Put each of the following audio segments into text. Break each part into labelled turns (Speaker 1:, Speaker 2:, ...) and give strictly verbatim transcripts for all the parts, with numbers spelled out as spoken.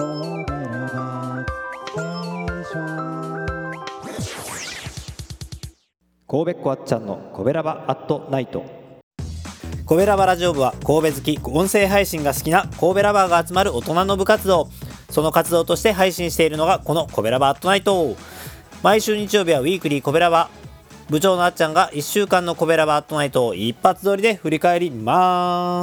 Speaker 1: 神戸っ子あっちゃんのコベラバアットナイト。コベラバラジオ部は神戸好き、音声配信が好きな神戸ラバーが集まる大人の部活動。その活動として配信しているのがこのコベラバアットナイト。毎週日曜日はウィークリーコベラバ。部長のあっちゃんがいっしゅうかんのコベラバアットナイトを一発撮りで振り返ります。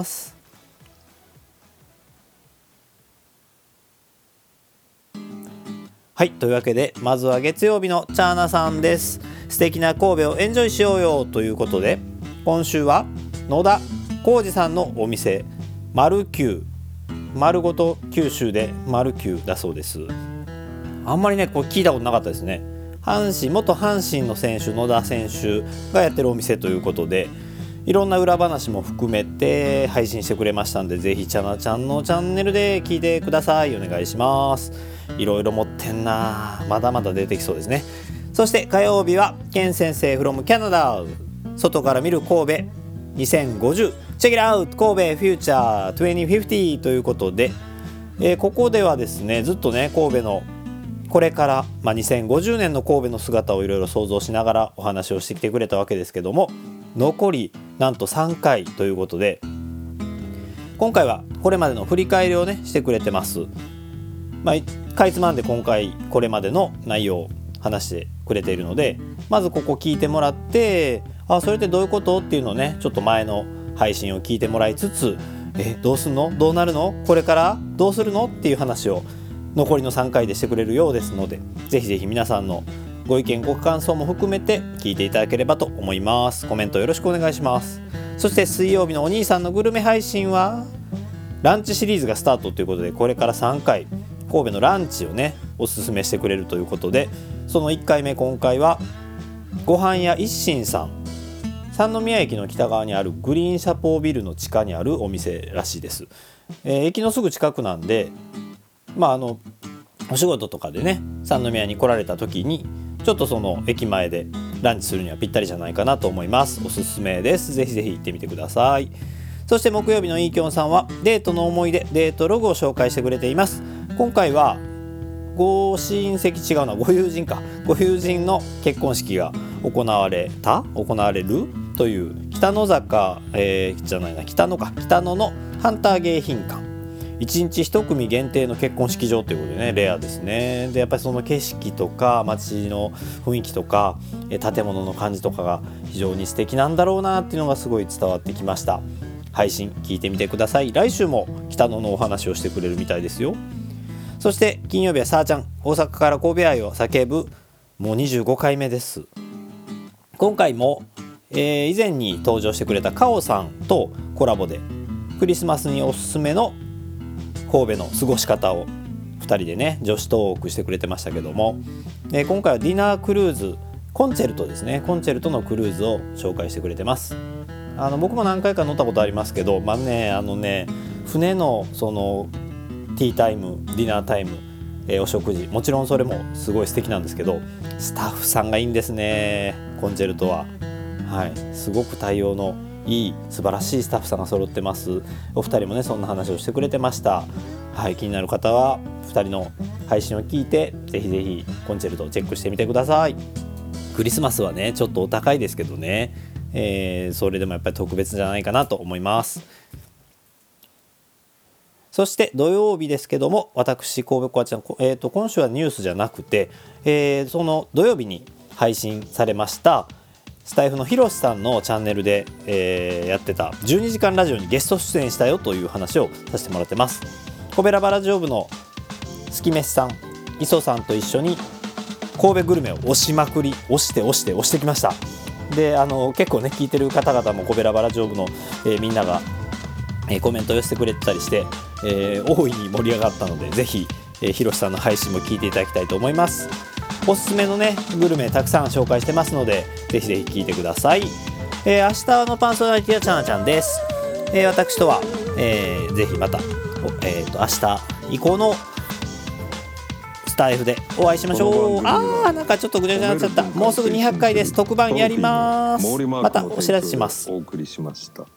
Speaker 1: はい、というわけでまずは月曜日のチャーナさんです。素敵な神戸をエンジョイしようよということで、今週は野田浩二さんのお店丸九、丸ごと九州で丸九だそうです。あんまりねこれ聞いたことなかったですね。阪神元阪神の選手野田選手がやってるお店ということで、いろんな裏話も含めて配信してくれましたんで、ぜひチャナちゃんのチャンネルで聞いてください。お願いします。いろいろ持ってんな、まだまだ出てきそうですね。そして火曜日はケン先生 from キャナダ、外から見る神戸にせんごじゅう、チェックアウト神戸フューチャーにせんごじゅうということで、えー、ここではですねずっとね神戸のこれから、まあ、にせんごじゅうねんの神戸の姿をいろいろ想像しながらお話をしてきてくれたわけですけども、残りなんとさんかいということで、今回はこれまでの振り返りをねしてくれてます。まあ、かいつまんで今回これまでの内容を話してくれているので、まずここ聞いてもらって、あ、それってどういうことっていうのをねちょっと前の配信を聞いてもらいつつ、えどうすんの、どうなるの、これからどうするのっていう話を残りのさんかいでしてくれるようですので、ぜひぜひ皆さんのご意見ご感想も含めて聞いていただければと思います。コメントよろしくお願いします。そして水曜日のお兄さんのグルメ配信はランチシリーズがスタートということで、これからさんかい神戸のランチをねおすすめしてくれるということで、そのいっかいめ今回はごはん屋一心さん、三宮駅の北側にあるグリーンシャポービルの地下にあるお店らしいです。えー、駅のすぐ近くなんで、まああのお仕事とかでね三宮に来られた時にちょっとその駅前でランチするにはぴったりじゃないかなと思います。おすすめです。ぜひぜひ行ってみてください。そして木曜日のイーキョンさんはデートの思い出、デートログを紹介してくれています。今回はご親戚、違うな、ご友人かご友人の結婚式が行われた行われるという北野坂、えー、じゃないな北野か北野のハンター迎賓館、いちにちいち組限定の結婚式場ということでね、レアですね。でやっぱりその景色とか街の雰囲気とか建物の感じとかが非常に素敵なんだろうなっていうのがすごい伝わってきました。配信聞いてみてください。来週も北野のお話をしてくれるみたいですよ。そして金曜日はさあちゃん、大阪から神戸愛を叫ぶ、もうにじゅうごかいめです。今回も、えー、以前に登場してくれたカオさんとコラボでクリスマスにおすすめの神戸の過ごし方をふたりでね女子トークしてくれてましたけども、えー、今回はディナークルーズコンチェルトですね、コンチェルトのクルーズを紹介してくれてます。あの僕も何回か乗ったことありますけど、まあねあのね船のそのティータイム、ディナータイム、えー、お食事、もちろんそれもすごい素敵なんですけど、スタッフさんがいいんですね、コンチェルトは。はい、すごく対応のいい素晴らしいスタッフさんが揃ってます。お二人もねそんな話をしてくれてました。はい、気になる方はふたりの配信を聞いてぜひぜひコンチェルトをチェックしてみてください。クリスマスはねちょっとお高いですけどね、えー、それでもやっぱり特別じゃないかなと思います。そして土曜日ですけども、私神戸こあちゃん、えー、と今週はニュースじゃなくて、えー、その土曜日に配信されましたスタイフのひろしさんのチャンネルで、えー、やってたじゅうにじかんラジオにゲスト出演したよという話をさせてもらってます。コベラバラジオ部のすきめしさん、磯さんと一緒に神戸グルメを押しまくり、押して押して押してきました。であの結構ね聞いてる方々もコベラバラジオ部の、えー、みんなが、えー、コメントを寄せてくれてたりして、えー、大いに盛り上がったので、ぜひ、えー、ひろしさんの配信も聞いていただきたいと思います。おすすめのねグルメたくさん紹介してますので、ぜひぜひ聞いてください。えー、明日のパンソナリティはチャナちゃんです。えー、私とは、えー、ぜひまた、えー、と明日以降のスタイフでお会いしましょう。あーなんかちょっとぐちゃぐちゃになっちゃった。もうすぐにひゃっかいです。特番やります。またお知らせします。
Speaker 2: お送りしました。